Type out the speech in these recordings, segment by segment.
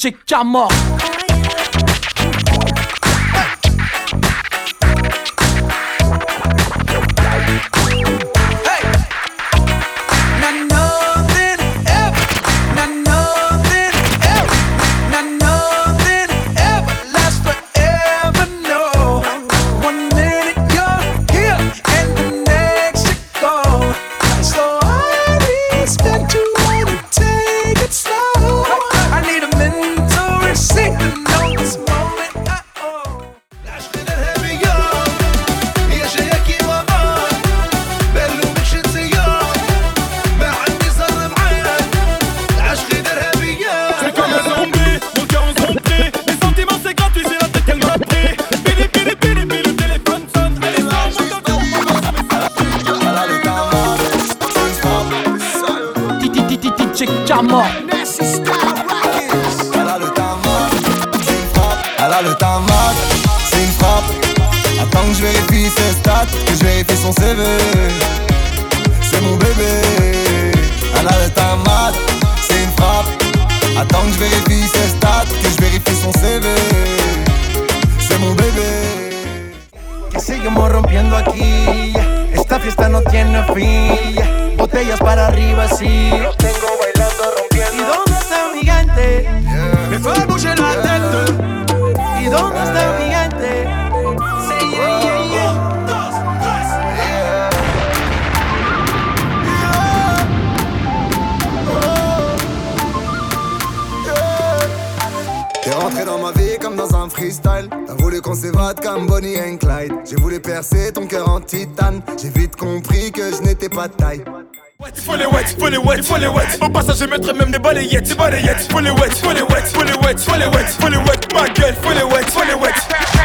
DJ Camor. Camor. Elle a le tamat, c'est une frappe. Elle a le tamat, c'est une frappe. Attends que je vérifie ses stats, que je vérifie son CV. C'est mon bébé. Elle a le tamat, c'est une frappe. Attends que je vérifie ses stats, que je vérifie son CV. C'est mon bébé. Que seguimos rompiendo aquí. Esta fiesta no tiene fin. Botellas para arriba, sí. Los tengo bailando, rompiendo. ¿Y dónde está mi gigante? Me fue a bouger la tête. ¿Y dónde está mi gigante? Say yeah, yeah, yeah. Dos, tres, yeah. T'es rentré dans ma vie comme dans un freestyle. T'as voulu qu'on s'évade comme Bonnie and Clyde. J'ai voulu percer ton cœur en titane. J'ai vite compris que je n'étais pas de taille. Il faut les wet, faut les wet, faut les wet. Au passage je mettrai même des balayettes, des balayettes. Faut les wet, faut les wet, faut les wet, faut les wet, faut les wet. Ma gueule, faut les wet, faut les wet.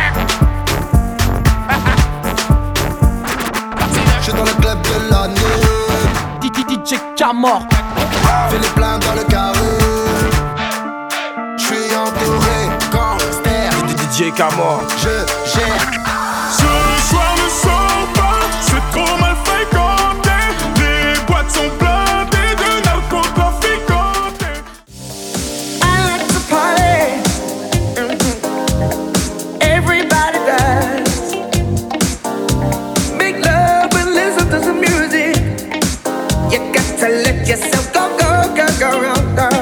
J'suis dans le club de la nuit. DJ Camor. Fais les pleins dans le carré. J'suis entouré, gangster. DJ Camor. Je gère. Ce soir ne sors pas, c'est trop mal fréquenté. Les boîtes sont blindées de narcotrafiquants. I like to party. Everybody does. Make love and listen to some music. You got to let yourself go, go, go, go, go, go.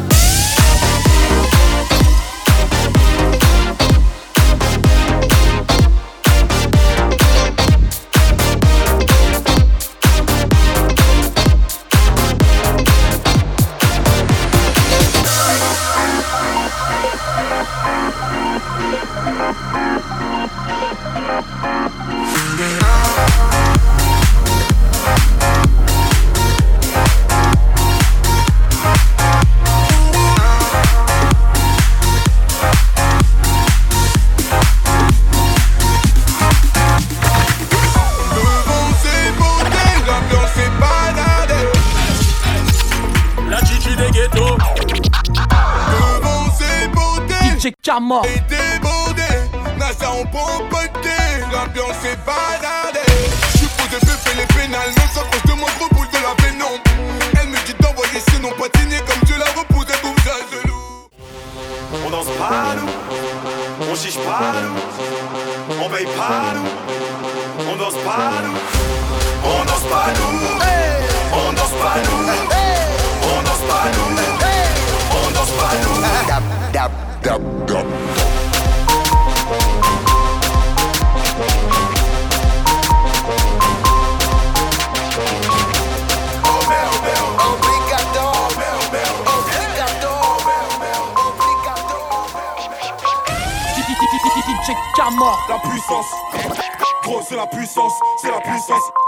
DJ Camor. Et débordé, NASA en pompoté, l'ambiance est baladée. J'suis posé, fait les pénales, non s'approche de moi, reboule de la pénombre. Elle me dit d'envoyer sinon patiner comme Dieu la repousse, elle trouve ça gelou. On danse pas nous, on chiche pas nous, on paye pas nous, on danse pas nous, on danse pas nous, on danse pas nous, on danse pas nous, on danse pas nous. Dap, dap, dap, dap. DJ Camor. La puissance, gros c'est la puissance, c'est la puissance.